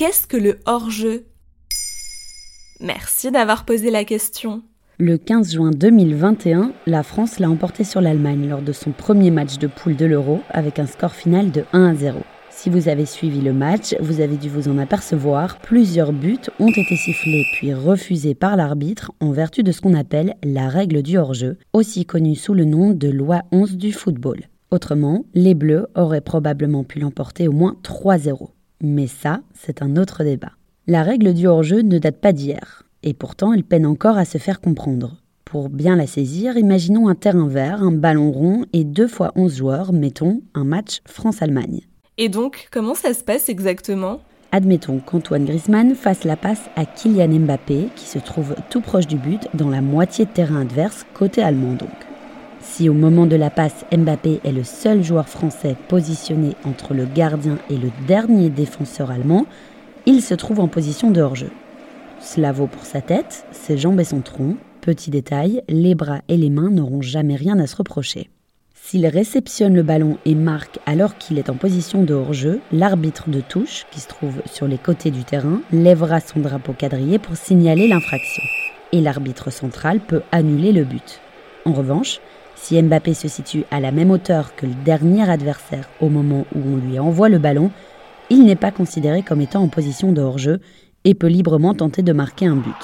qu'est-ce que le hors-jeu ? Merci d'avoir posé la question. Le 15 juin 2021, la France l'a emporté sur l'Allemagne lors de son premier match de poule de l'Euro avec un score final de 1-0. Si vous avez suivi le match, vous avez dû vous en apercevoir, plusieurs buts ont été sifflés puis refusés par l'arbitre en vertu de ce qu'on appelle la règle du hors-jeu, aussi connue sous le nom de loi 11 du football. Autrement, les Bleus auraient probablement pu l'emporter au moins 3-0. Mais ça, c'est un autre débat. La règle du hors-jeu ne date pas d'hier. Et pourtant, elle peine encore à se faire comprendre. Pour bien la saisir, imaginons un terrain vert, un ballon rond et 2 x 11 joueurs, mettons un match France-Allemagne. Et donc, comment ça se passe exactement ? Admettons qu'Antoine Griezmann fasse la passe à Kylian Mbappé, qui se trouve tout proche du but, dans la moitié de terrain adverse, côté allemand donc. Si au moment de la passe, Mbappé est le seul joueur français positionné entre le gardien et le dernier défenseur allemand, il se trouve en position de hors-jeu. Cela vaut pour sa tête, ses jambes et son tronc. Petit détail, les bras et les mains n'auront jamais rien à se reprocher. S'il réceptionne le ballon et marque alors qu'il est en position de hors-jeu, l'arbitre de touche, qui se trouve sur les côtés du terrain, lèvera son drapeau quadrillé pour signaler l'infraction. Et l'arbitre central peut annuler le but. En revanche, si Mbappé se situe à la même hauteur que le dernier adversaire au moment où on lui envoie le ballon, il n'est pas considéré comme étant en position de hors-jeu et peut librement tenter de marquer un but.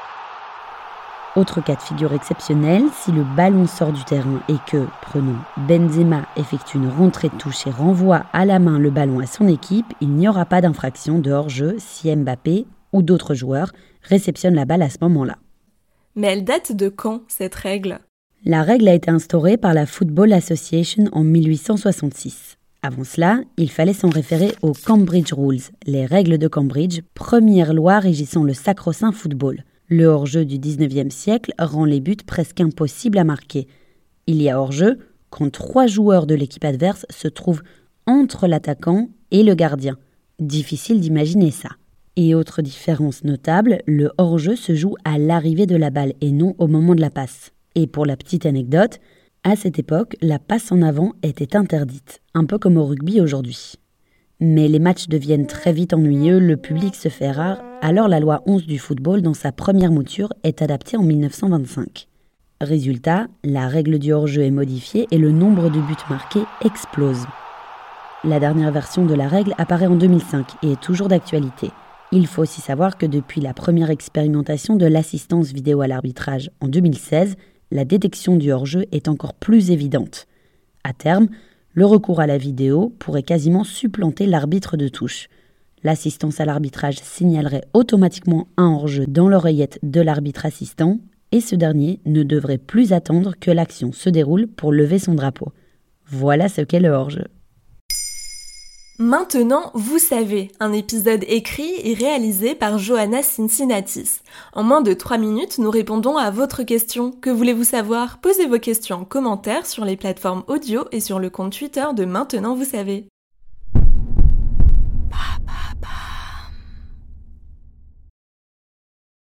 Autre cas de figure exceptionnel, si le ballon sort du terrain et que, prenons, Benzema effectue une rentrée de touche et renvoie à la main le ballon à son équipe, il n'y aura pas d'infraction de hors-jeu si Mbappé ou d'autres joueurs réceptionnent la balle à ce moment-là. Mais elle date de quand, cette règle ? La règle a été instaurée par la Football Association en 1866. Avant cela, il fallait s'en référer aux Cambridge Rules, les règles de Cambridge, première loi régissant le sacro-saint football. Le hors-jeu du 19e siècle rend les buts presque impossibles à marquer. Il y a hors-jeu quand 3 joueurs de l'équipe adverse se trouvent entre l'attaquant et le gardien. Difficile d'imaginer ça. Et autre différence notable, le hors-jeu se joue à l'arrivée de la balle et non au moment de la passe. Et pour la petite anecdote, à cette époque, la passe en avant était interdite, un peu comme au rugby aujourd'hui. Mais les matchs deviennent très vite ennuyeux, le public se fait rare, alors la loi 11 du football, dans sa première mouture, est adaptée en 1925. Résultat, la règle du hors-jeu est modifiée et le nombre de buts marqués explose. La dernière version de la règle apparaît en 2005 et est toujours d'actualité. Il faut aussi savoir que depuis la première expérimentation de l'assistance vidéo à l'arbitrage en 2016, la détection du hors-jeu est encore plus évidente. À terme, le recours à la vidéo pourrait quasiment supplanter l'arbitre de touche. L'assistance à l'arbitrage signalerait automatiquement un hors-jeu dans l'oreillette de l'arbitre assistant et ce dernier ne devrait plus attendre que l'action se déroule pour lever son drapeau. Voilà ce qu'est le hors-jeu. Maintenant, vous savez, un épisode écrit et réalisé par Johanna Cincinnatis. En moins de 3 minutes, nous répondons à votre question. Que voulez-vous savoir ? Posez vos questions en commentaire sur les plateformes audio et sur le compte Twitter de Maintenant, vous savez.